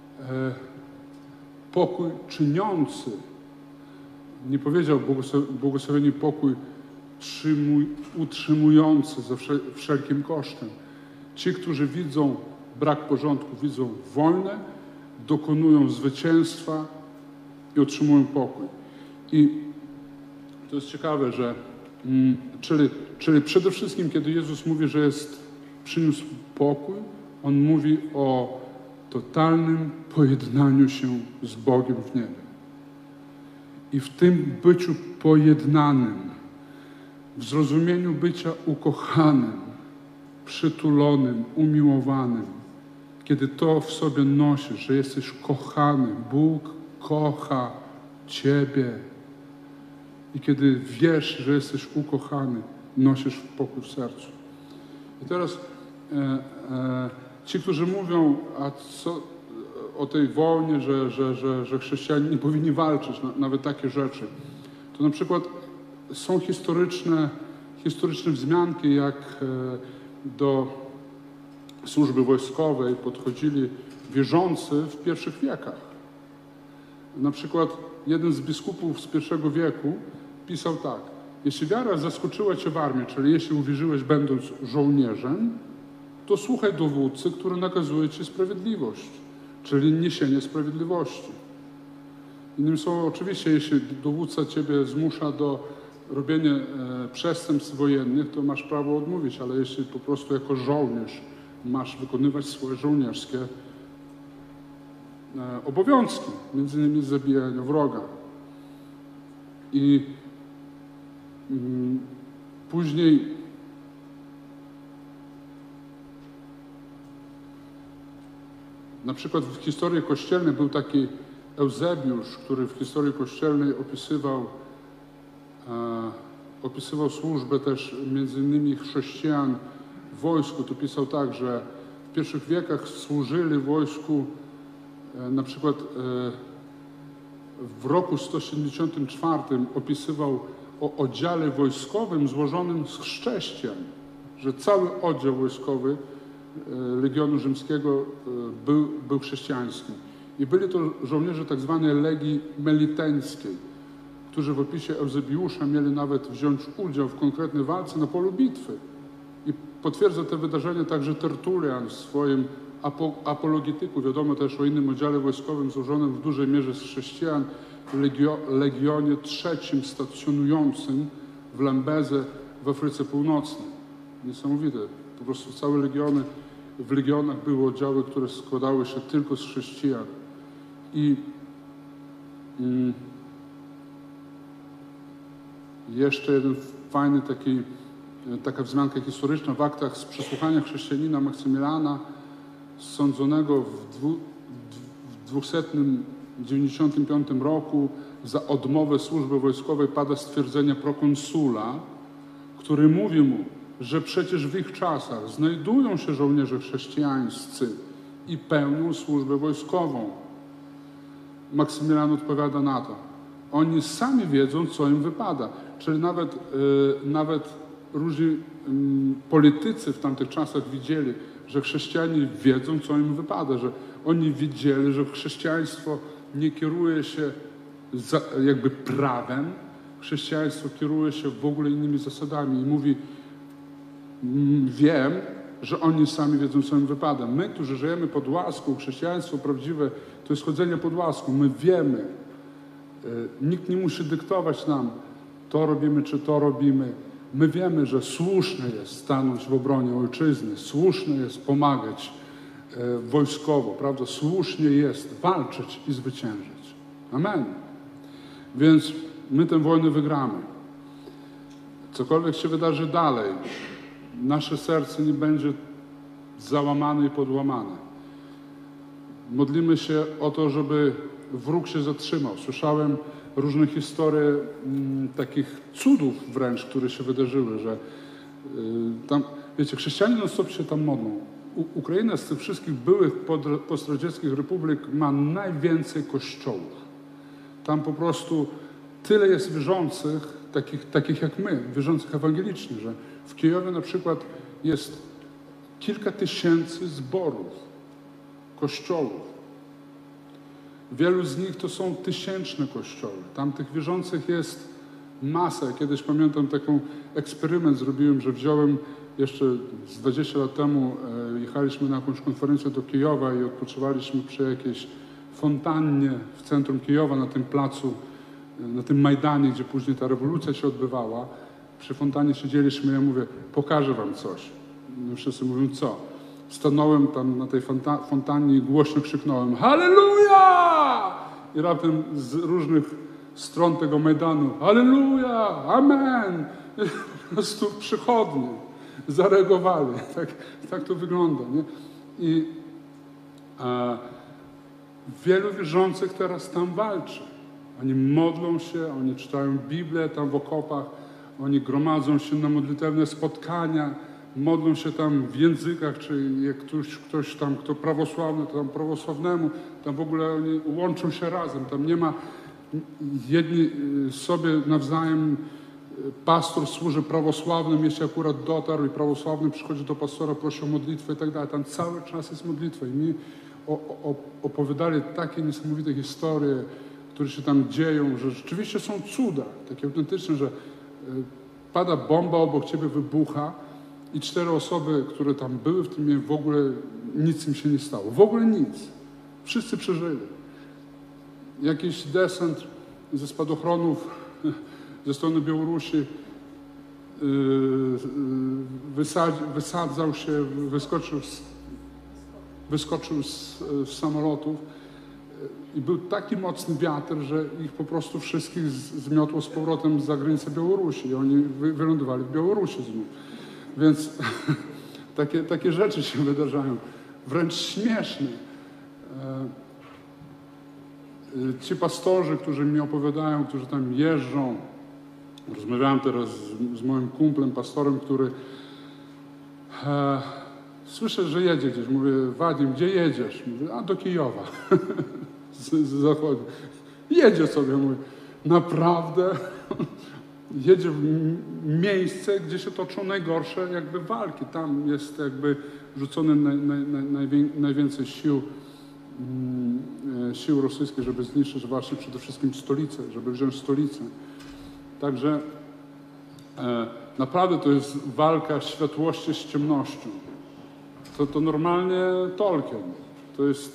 Speaker 1: pokój czyniący. Nie powiedział błogosławieni pokój trzymuj, utrzymujący za wszelkim kosztem. Ci, którzy widzą brak porządku, widzą wojnę, dokonują zwycięstwa i otrzymują pokój. I to jest ciekawe, że mm, czyli, czyli przede wszystkim, kiedy Jezus mówi, że jest, przyniósł pokój, On mówi o totalnym pojednaniu się z Bogiem w niebie. I w tym byciu pojednanym, w zrozumieniu bycia ukochanym, przytulonym, umiłowanym, kiedy to w sobie nosisz, że jesteś kochany, Bóg kocha ciebie i kiedy wiesz, że jesteś ukochany, nosisz pokój w sercu. I teraz e, e, ci, którzy mówią a co, o tej wojnie, że, że, że, że chrześcijanie nie powinni walczyć, na, nawet takie rzeczy, to na przykład są historyczne, historyczne wzmianki, jak e, do służby wojskowej podchodzili wierzący w pierwszych wiekach. Na przykład jeden z biskupów z pierwszego wieku pisał tak: jeśli wiara zaskoczyła cię w armii, czyli jeśli uwierzyłeś będąc żołnierzem, to słuchaj dowódcy, który nakazuje ci sprawiedliwość, czyli niesienie sprawiedliwości. Innymi słowy, oczywiście, jeśli dowódca ciebie zmusza do robienia e, przestępstw wojennych, to masz prawo odmówić, ale jeśli po prostu jako żołnierz masz wykonywać swoje żołnierskie e, obowiązki, między innymi zabijania wroga. I mm, później na przykład w historii kościelnej był taki Eusebiusz, który w historii kościelnej opisywał e, opisywał służbę też między innymi chrześcijan w wojsku. To pisał tak, że w pierwszych wiekach służyli w wojsku e, na przykład e, w roku sto siedemdziesiątym czwartym opisywał o oddziale wojskowym złożonym z chrześcijan, że cały oddział wojskowy e, Legionu Rzymskiego e, był, był chrześcijański. I byli to żołnierze tak zwanej Legii Meliteńskiej, którzy w opisie Eusebiusza mieli nawet wziąć udział w konkretnej walce na polu bitwy. I potwierdza te wydarzenia także Tertulian w swoim apo, apologetyków. Wiadomo też o innym oddziale wojskowym złożonym w dużej mierze z chrześcijan, legio, Legionie trzecim stacjonującym w Lambeze w Afryce Północnej. Niesamowite. Po prostu całe legiony, w legionach były oddziały, które składały się tylko z chrześcijan. I mm, jeszcze jeden fajny taki, taka wzmianka historyczna w aktach z przesłuchania chrześcijanina Maksymiliana, sądzonego w, dwu, w dwieście dziewięćdziesiątym piątym roku za odmowę służby wojskowej pada stwierdzenie prokonsula, który mówi mu, że przecież w ich czasach znajdują się żołnierze chrześcijańscy i pełnią służbę wojskową. Maksymilian odpowiada na to: oni sami wiedzą, co im wypada. Czyli nawet, yy, nawet różni yy, politycy w tamtych czasach widzieli, że chrześcijanie wiedzą, co im wypada, że oni wiedzieli, że chrześcijaństwo nie kieruje się za, jakby prawem, chrześcijaństwo kieruje się w ogóle innymi zasadami i mówi: wiem, że oni sami wiedzą, co im wypada. My, którzy żyjemy pod łaską, chrześcijaństwo prawdziwe to jest chodzenie pod łaską. My wiemy. Nikt nie musi dyktować nam, to robimy, czy to robimy. My wiemy, że słuszne jest stanąć w obronie ojczyzny, słuszne jest pomagać wojskowo, prawda? Słusznie jest walczyć i zwyciężyć. Amen. Więc my tę wojnę wygramy. Cokolwiek się wydarzy dalej, nasze serce nie będzie załamane i podłamane. Modlimy się o to, żeby wróg się zatrzymał. Słyszałem różne historie m, takich cudów wręcz, które się wydarzyły, że y, tam, wiecie, chrześcijanie non stop się tam modlą. U, Ukraina z tych wszystkich byłych postradzieckich republik ma najwięcej kościołów. Tam po prostu tyle jest wierzących, takich, takich jak my, wierzących ewangelicznie, że w Kijowie na przykład jest kilka tysięcy zborów, kościołów. Wielu z nich to są tysięczne kościoły. Tam tych wierzących jest masa. Ja kiedyś pamiętam taką eksperyment zrobiłem, że wziąłem jeszcze z dwadzieścia lat temu, e, jechaliśmy na jakąś konferencję do Kijowa i odpoczywaliśmy przy jakiejś fontannie w centrum Kijowa, na tym placu, na tym Majdanie, gdzie później ta rewolucja się odbywała. Przy fontannie siedzieliśmy, ja mówię: pokażę wam coś. I wszyscy mówią: co? Stanąłem tam na tej fonta fontannie i głośno krzyknąłem: Halleluja! I raptem z różnych stron tego Majdanu: Halleluja! Amen! I po prostu przychodnie zareagowali. Tak, tak to wygląda, nie? I a, wielu wierzących teraz tam walczy. Oni modlą się, oni czytają Biblię tam w okopach, oni gromadzą się na modlitewne spotkania, modlą się tam w językach, czy jak ktoś, ktoś tam, kto prawosławny, to tam prawosławnemu, tam w ogóle oni łączą się razem, tam nie ma jedni sobie nawzajem, pastor służy prawosławnym, jeśli akurat dotarł i prawosławny przychodzi do pastora, prosi o modlitwę i tak dalej, tam cały czas jest modlitwa i mi opowiadali takie niesamowite historie, które się tam dzieją, że rzeczywiście są cuda, takie autentyczne, że pada bomba obok ciebie, wybucha i cztery osoby, które tam były w tym, w ogóle nic im się nie stało. W ogóle nic. Wszyscy przeżyli. Jakiś desant ze spadochronów ze strony Białorusi wysadzał się, wyskoczył z, wyskoczył z, z samolotów i był taki mocny wiatr, że ich po prostu wszystkich zmiotło z powrotem za granicę Białorusi i oni wylądowali w Białorusi znów. Więc takie, takie rzeczy się wydarzają, wręcz śmieszne. Ci pastorzy, którzy mi opowiadają, którzy tam jeżdżą, rozmawiałem teraz z, z moim kumplem, pastorem, który e, słyszę, że jedzie gdzieś. Mówię: Wadim, gdzie jedziesz? Mówię: a do Kijowa. z, z zachodu. Jedzie sobie, mówię: naprawdę? Jedzie w miejsce, gdzie się toczą najgorsze jakby walki. Tam jest jakby rzucone naj, naj, naj, najwię, najwięcej sił, mm, sił rosyjskich, żeby zniszczyć właśnie przede wszystkim stolicę, żeby wziąć stolicę. Także e, naprawdę to jest walka światłości z ciemnością. to, to normalnie Tolkien. To jest,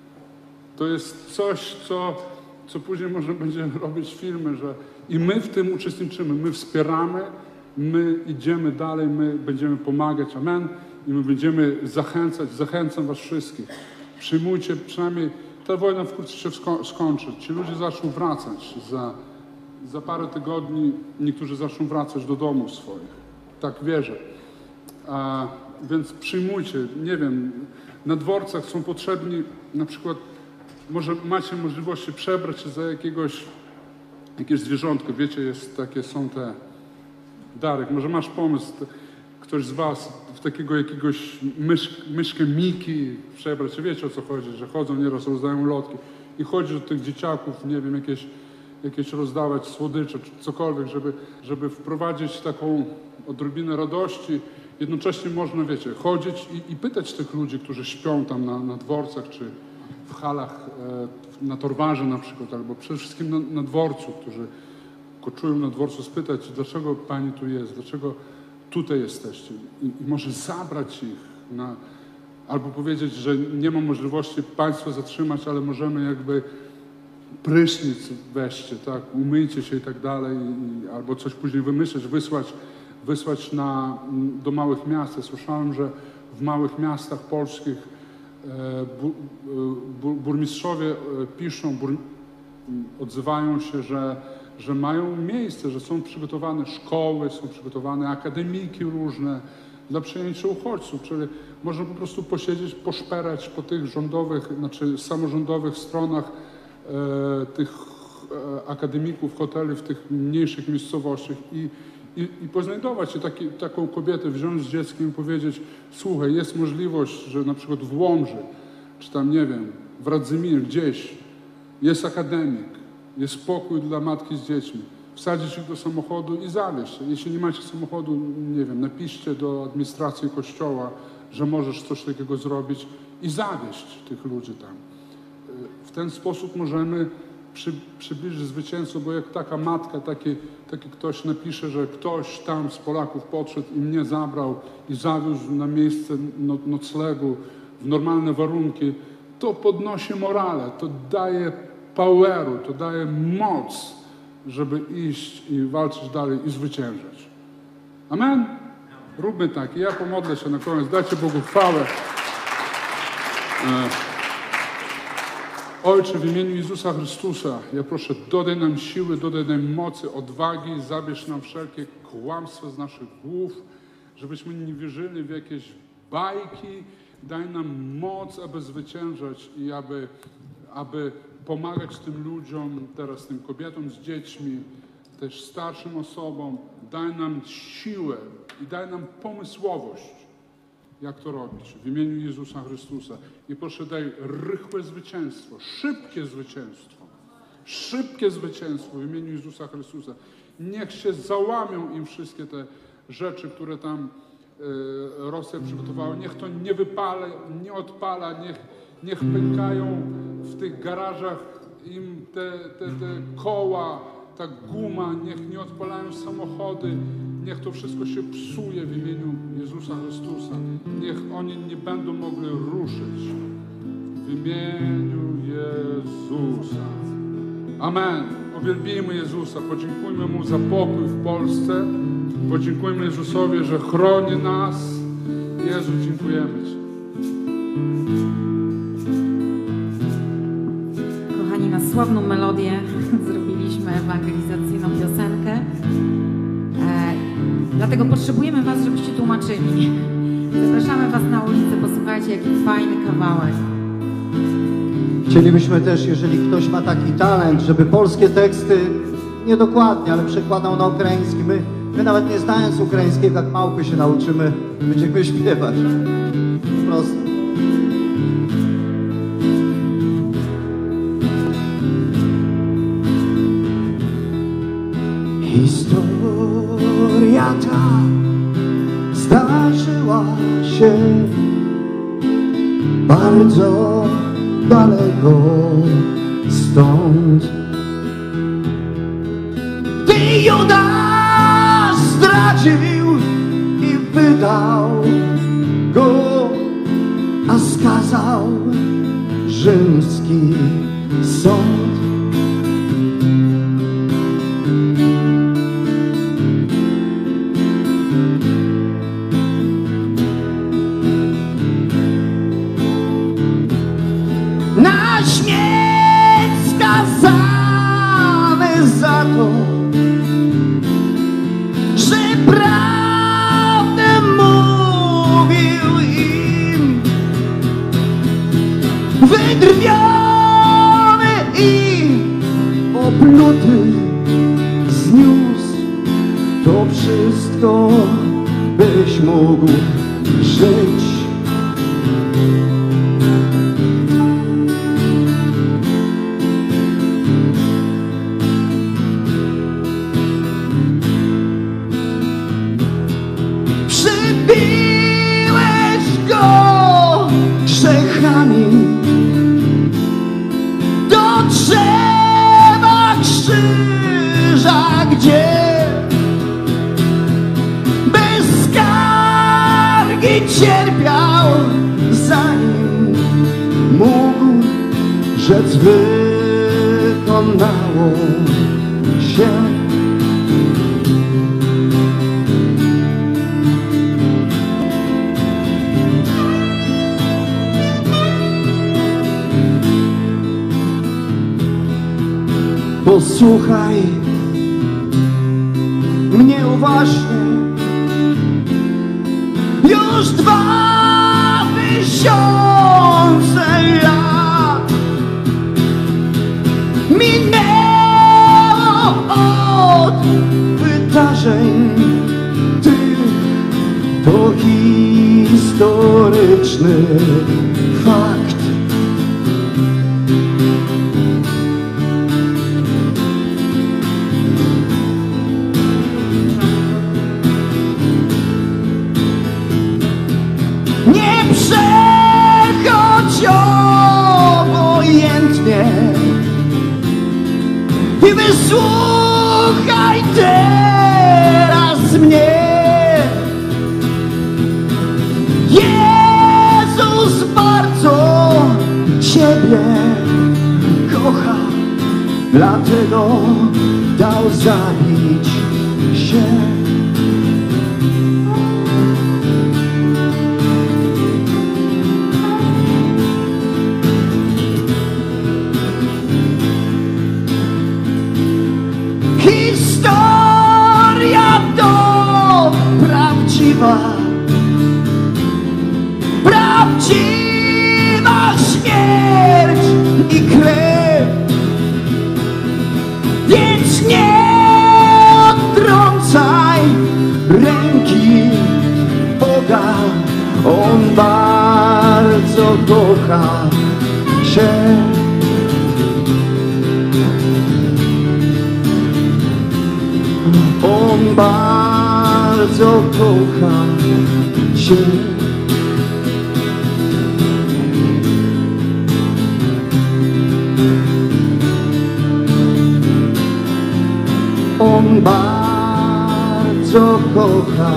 Speaker 1: to jest coś, co, co później można będzie robić filmy, że i my w tym uczestniczymy, my wspieramy, my idziemy dalej, my będziemy pomagać, amen, i my będziemy zachęcać, zachęcam was wszystkich. Przyjmujcie przynajmniej, ta wojna wkrótce się sko skończy, ci ludzie zaczną wracać, za, za parę tygodni niektórzy zaczną wracać do domów swoich, tak wierzę. A, więc przyjmujcie, nie wiem, na dworcach są potrzebni, na przykład, może macie możliwości przebrać się za jakiegoś, jakieś zwierzątko, wiecie, jest takie, są te, Darek, może masz pomysł, ktoś z was w takiego jakiegoś mysz, myszkę Miki przebrać się, wiecie o co chodzi, że chodzą nieraz, rozdają lotki i chodzi do tych dzieciaków, nie wiem, jakieś, jakieś rozdawać słodycze, czy cokolwiek, żeby, żeby wprowadzić taką odrobinę radości. Jednocześnie można, wiecie, chodzić i, i pytać tych ludzi, którzy śpią tam na, na dworcach, czy w halach, e, na Torwarze na przykład, albo przede wszystkim na, na dworcu, którzy koczują na dworcu, spytać, dlaczego pani tu jest, dlaczego tutaj jesteście. I, i może zabrać ich na, albo powiedzieć, że nie ma możliwości państwa zatrzymać, ale możemy jakby prysznic weźcie, tak, umyjcie się i tak dalej, i, albo coś później wymyśleć, wysłać wysłać na, do małych miast. Ja słyszałem, że w małych miastach polskich e, bu, bu, burmistrzowie e, piszą, bur, odzywają się, że, że mają miejsce, że są przygotowane szkoły, są przygotowane akademiki różne dla przyjęcia uchodźców, czyli można po prostu posiedzieć, poszperać po tych rządowych, znaczy samorządowych stronach e, tych e, akademików, hoteli w tych mniejszych miejscowościach i I, i poznajdować się, taki, taką kobietę, wziąć z dzieckiem i powiedzieć, słuchaj, jest możliwość, że na przykład w Łomży, czy tam, nie wiem, w Radzyminie gdzieś jest akademik, jest pokój dla matki z dziećmi, wsadzić ich do samochodu i zawieźć. Jeśli nie macie samochodu, nie wiem, napiszcie do administracji kościoła, że możesz coś takiego zrobić i zawieźć tych ludzi tam. W ten sposób możemy Przy, przybliży zwycięstwo, bo jak taka matka, taki, taki ktoś napisze, że ktoś tam z Polaków podszedł i mnie zabrał i zawiózł na miejsce no, noclegu w normalne warunki, to podnosi morale, to daje poweru, to daje moc, żeby iść i walczyć dalej i zwyciężać. Amen? Róbmy tak. I ja pomodlę się na koniec. Dajcie Bogu chwałę. Ojcze, w imieniu Jezusa Chrystusa, ja proszę, dodaj nam siły, dodaj nam mocy, odwagi, zabierz nam wszelkie kłamstwa z naszych głów, żebyśmy nie wierzyli w jakieś bajki. Daj nam moc, aby zwyciężać i aby, aby pomagać tym ludziom, teraz tym kobietom z dziećmi, też starszym osobom. Daj nam siłę i daj nam pomysłowość, jak to robić, w imieniu Jezusa Chrystusa. I proszę, daj rychłe zwycięstwo, szybkie zwycięstwo, szybkie zwycięstwo w imieniu Jezusa Chrystusa. Niech się załamią im wszystkie te rzeczy, które tam y, Rosja przygotowała. Niech to nie wypala, nie odpala, niech, niech pękają w tych garażach im te, te, te koła, ta guma, niech nie odpalają samochody, niech to wszystko się psuje w imieniu Jezusa Chrystusa. Niech oni nie będą mogli ruszyć w imieniu Jezusa. Amen. Uwielbijmy Jezusa, podziękujmy Mu za pokój w Polsce, podziękujmy Jezusowi, że chroni nas. Jezu, dziękujemy Ci.
Speaker 2: Kochani, na sławną melodię zrobiliśmy ewangelizacyjną piosenkę. E, dlatego potrzebujemy Was, żebyście tłumaczyli. Zapraszamy Was na ulicę, posłuchajcie, jaki fajny kawałek.
Speaker 3: Chcielibyśmy też, jeżeli ktoś ma taki talent, żeby polskie teksty, niedokładnie, ale przekładał na ukraiński. My, my nawet nie znając ukraińskiego, jak małpy się nauczymy, będziemy śpiewać. Po prostu. Historia ta zdarzyła się bardzo daleko stąd. Gdy Judasz zdradził i wydał go a skazał rzymski sąd. Na śmierć skazany za to, że prawdę mówił im. Wydrwiony i opluty zniósł to wszystko, byś mógł żyć. Przybiłeś go grzechami do drzewa krzyża, gdzie bez skargi cierpiał, zanim mógł rzec wykonało się. Posłuchaj mnie uważnie. Już dwa tysiące lat minęło od wydarzeń tych. To historyczny fakt. Nie przechodź obojętnie i wysłuchaj teraz mnie. Jezus bardzo Ciebie kocha, dlatego dał zabić się. Historia to prawdziwa, prawdziwa śmierć i krew, więc nie odtrącaj ręki Boga. On bardzo kocha Cię. On bardzo kocha Cię. On bardzo kocha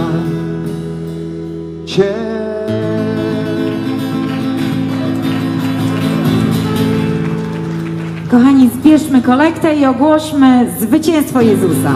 Speaker 3: Cię.
Speaker 2: Kochani, zbierzmy kolektę i ogłośmy zwycięstwo Jezusa.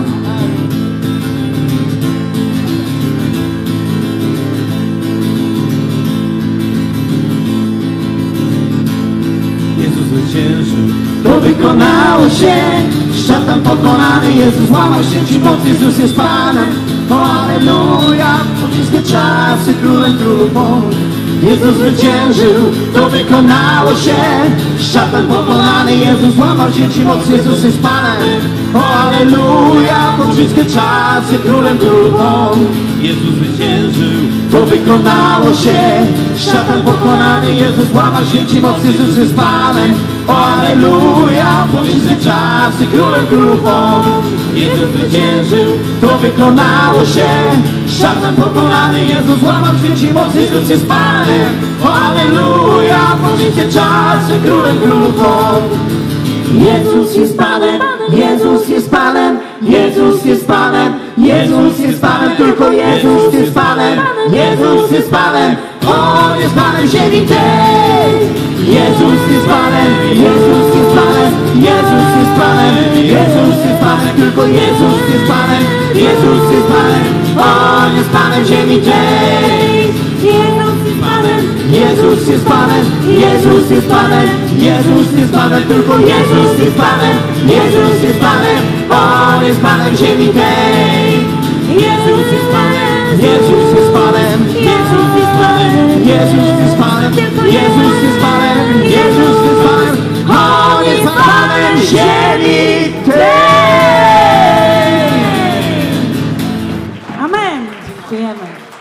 Speaker 4: Jezus zwyciężył, to wykonało się. Szatan pokonany, Jezus łamał śmierci moc, Jezus jest Panem. O alleluja, po wszystkie czasy królem królów On. Jezus zwyciężył, to wykonało się. Szatan pokonany, Jezus łamał śmierci moc, Jezus jest Panem. O alleluja, po wszystkie czasy królem królów On. Jezus zwyciężył, to wykonało się. Szatan pokonany, Jezus łamał śmierci moc, Jezus jest Panem. O alleluja, po wszystkie czasy królem królów On. Jezus zwyciężył, to wykonało się. Szatan pokonany, Jezus łamał śmierci moc, Jezus jest Panem. O alleluja, po wszystkie czasy królem królów On. Jezus jest Panem, Jezus jest Panem, Jezus jest Panem, Jezus jest Panem, tylko Jezus. Jezus jest Panem, Jezus jest Panem, On jest Panem ziemi tej. Jezus jest Panem, Jezus jest Panem, Jezus jest Panem, Jezus jest Panem, tylko Jezus jest Panem, Jezus jest Panem, On jest Panem ziemi tej.
Speaker 2: Jezus jest Panem,
Speaker 4: Jezus jest Panem, Jezus jest Panem, Jezus jest Panem, tylko Jezus jest Panem, Jezus jest Panem, On jest Panem ziemi tej.
Speaker 2: Jezus jest Panem,
Speaker 4: Jezus jest Panem,
Speaker 2: Jezus jest Panem,
Speaker 4: Jezus jest Panem, Jezus jest Panem, Jezus jest Panem, On jest Panem ziemi tej.
Speaker 2: Amen. Dziękujemy.